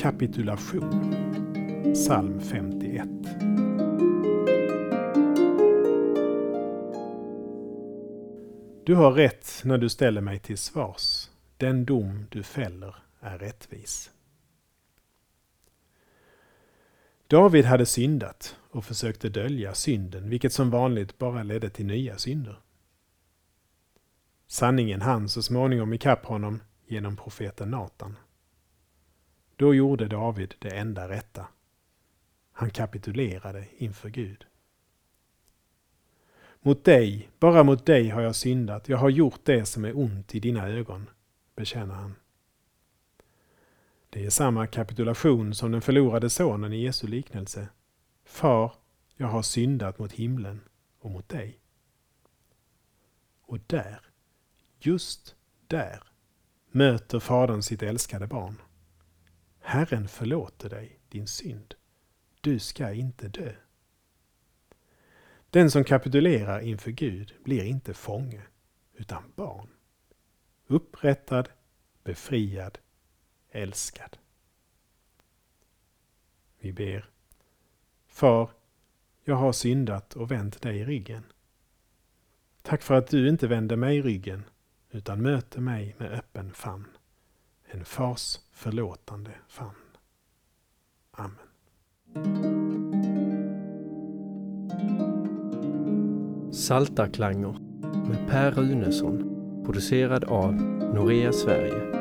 Kapitulation. Psalm 51. Du har rätt när du ställer mig till svars. Den dom du fäller är rättvis. David hade syndat och försökte dölja synden, vilket som vanligt bara ledde till nya synder. Sanningen hann så småningom ikapp honom genom profeten Natan. Då gjorde David det enda rätta. Han kapitulerade inför Gud. Mot dig, bara mot dig har jag syndat. Jag har gjort det som är ont i dina ögon, bekänner han. Det är samma kapitulation som den förlorade sonen i Jesu liknelse. Far, jag har syndat mot himlen och mot dig. Och där, just där, möter fadern sitt älskade barn. Herren förlåter dig din synd. Du ska inte dö. Den som kapitulerar inför Gud blir inte fånge, utan barn. Upprättad, befriad, älskad. Vi ber. Far, jag har syndat och vänt dig ryggen. Tack för att du inte vänder mig ryggen, utan möter mig med öppen famn. En fars förlåtande famn. Amen. Saltarklanger med Per Runesson, producerad av Norea Sverige.